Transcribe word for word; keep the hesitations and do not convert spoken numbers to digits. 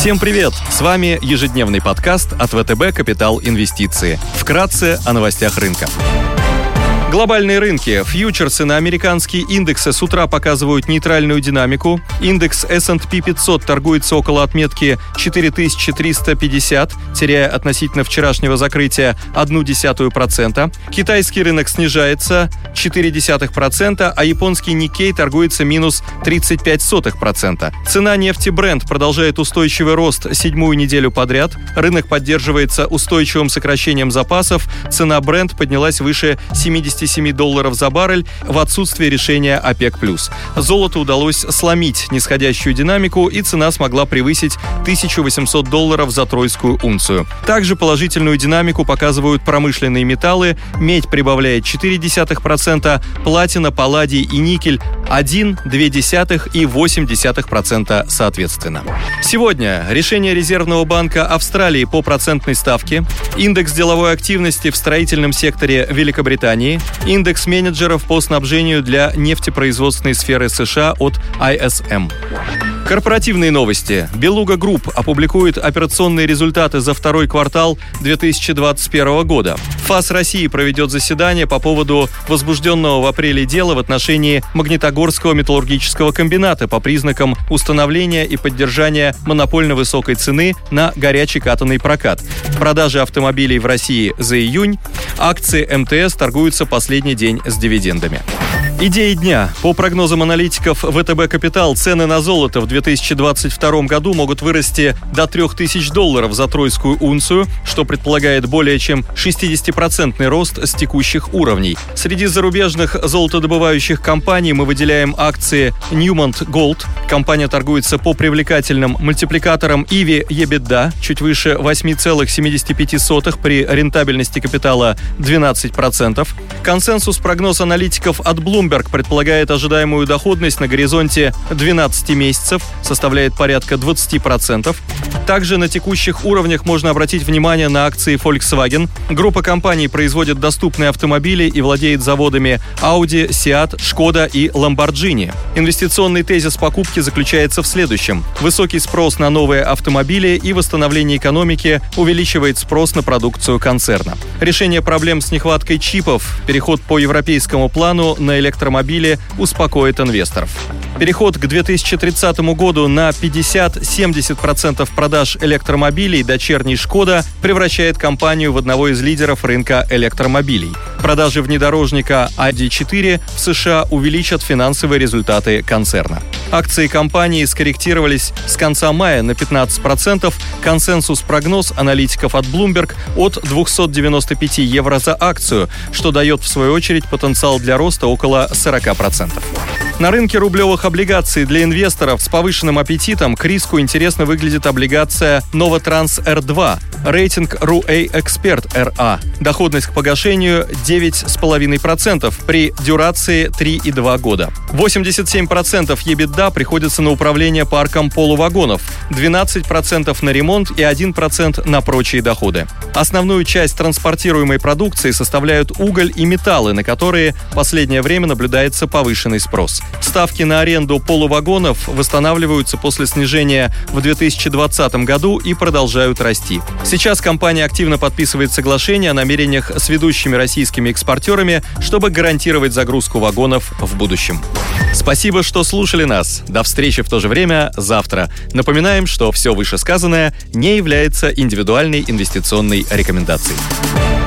Всем привет! С вами ежедневный подкаст от ВТБ «Капитал Инвестиции». Вкратце о новостях рынка. Глобальные рынки. Фьючерсы на американские индексы с утра показывают нейтральную динамику. Индекс эс энд пи пятьсот торгуется около отметки четыре тысячи триста пятьдесят, теряя относительно вчерашнего закрытия одну десятую процента. Китайский рынок снижается четыре десятых процента, а японский Никкей торгуется минус тридцать пять сотых процента. Цена нефти Brent продолжает устойчивый рост седьмую неделю подряд. Рынок поддерживается устойчивым сокращением запасов. Цена Brent поднялась выше семидесяти семи долларов за баррель в отсутствие решения ОПЕК+. Золоту удалось сломить нисходящую динамику, и цена смогла превысить тысячу восемьсот долларов за тройскую унцию. Также положительную динамику показывают промышленные металлы. Медь прибавляет четыре десятых процента, платина, палладий и никель один, две десятых и восемь десятых процента соответственно. Сегодня решение Резервного банка Австралии по процентной ставке, индекс деловой активности в строительном секторе Великобритании, индекс менеджеров по снабжению для нефтепроизводственной сферы США от ай эс эм. Корпоративные новости. Белуга Групп опубликует операционные результаты за второй квартал две тысячи двадцать первого года. ФАС России проведет заседание по поводу возбужденного в апреле дела в отношении Магнитогорского металлургического комбината по признакам установления и поддержания монопольно высокой цены на горячий катанный прокат. Продажи автомобилей в России за июнь. Акции эм тэ эс торгуются последний день с дивидендами. Идеи дня. По прогнозам аналитиков ВТБ Капитал, цены на золото в две тысячи двадцать втором году могут вырасти до трёх тысяч долларов за тройскую унцию, что предполагает более чем шестидесятипроцентный рост с текущих уровней. Среди зарубежных золотодобывающих компаний мы выделяем акции Newmont Gold. Компания торгуется по привлекательным мультипликаторам и ви-EBITDA, чуть выше восемь целых семьдесят пять сотых при рентабельности капитала двенадцать процентов. Консенсус прогноз аналитиков от Bloomberg предполагает ожидаемую доходность на горизонте двенадцати месяцев, составляет порядка двадцать процентов. Также на текущих уровнях можно обратить внимание на акции Volkswagen. Группа компаний производит доступные автомобили и владеет заводами Audi, Seat, Skoda и Lamborghini. Инвестиционный тезис покупки заключается в следующем. Высокий спрос на новые автомобили и восстановление экономики увеличивает спрос на продукцию концерна. Решение проблем с нехваткой чипов, переход по европейскому плану на электромобили успокоит инвесторов. Переход к две тысячи тридцатому году на пятьдесят-семьдесят процентов продаж электромобилей дочерней Шкода превращает компанию в одного из лидеров рынка электромобилей. Продажи внедорожника ай ди четыре в США увеличат финансовые результаты концерна. Акции компании скорректировались с конца мая на пятнадцать процентов. Консенсус-прогноз аналитиков от Bloomberg от двухсот девяноста пяти евро за акцию, что дает, в свою очередь, потенциал для роста около сорока процентов. На рынке рублевых облигаций для инвесторов с повышенным аппетитом к риску интересно выглядит облигация Новотранс эр два, рейтинг эр ю эй Expert эр а. Доходность к погашению девять целых пять десятых процента при дюрации три и два года. восемьдесят семь процентов EBITDA приходится на управление парком полувагонов, двенадцать процентов на ремонт и один процент на прочие доходы. Основную часть транспортируемой продукции составляют уголь и металлы, на которые в последнее время наблюдается повышенный спрос. Ставки на аренду полувагонов восстанавливаются после снижения в две тысячи двадцатом году и продолжают расти. Сейчас компания активно подписывает соглашения о намерениях с ведущими российскими экспортерами, чтобы гарантировать загрузку вагонов в будущем. Спасибо, что слушали нас. До встречи в то же время завтра. Напоминаем, что все вышесказанное не является индивидуальной инвестиционной рекомендацией.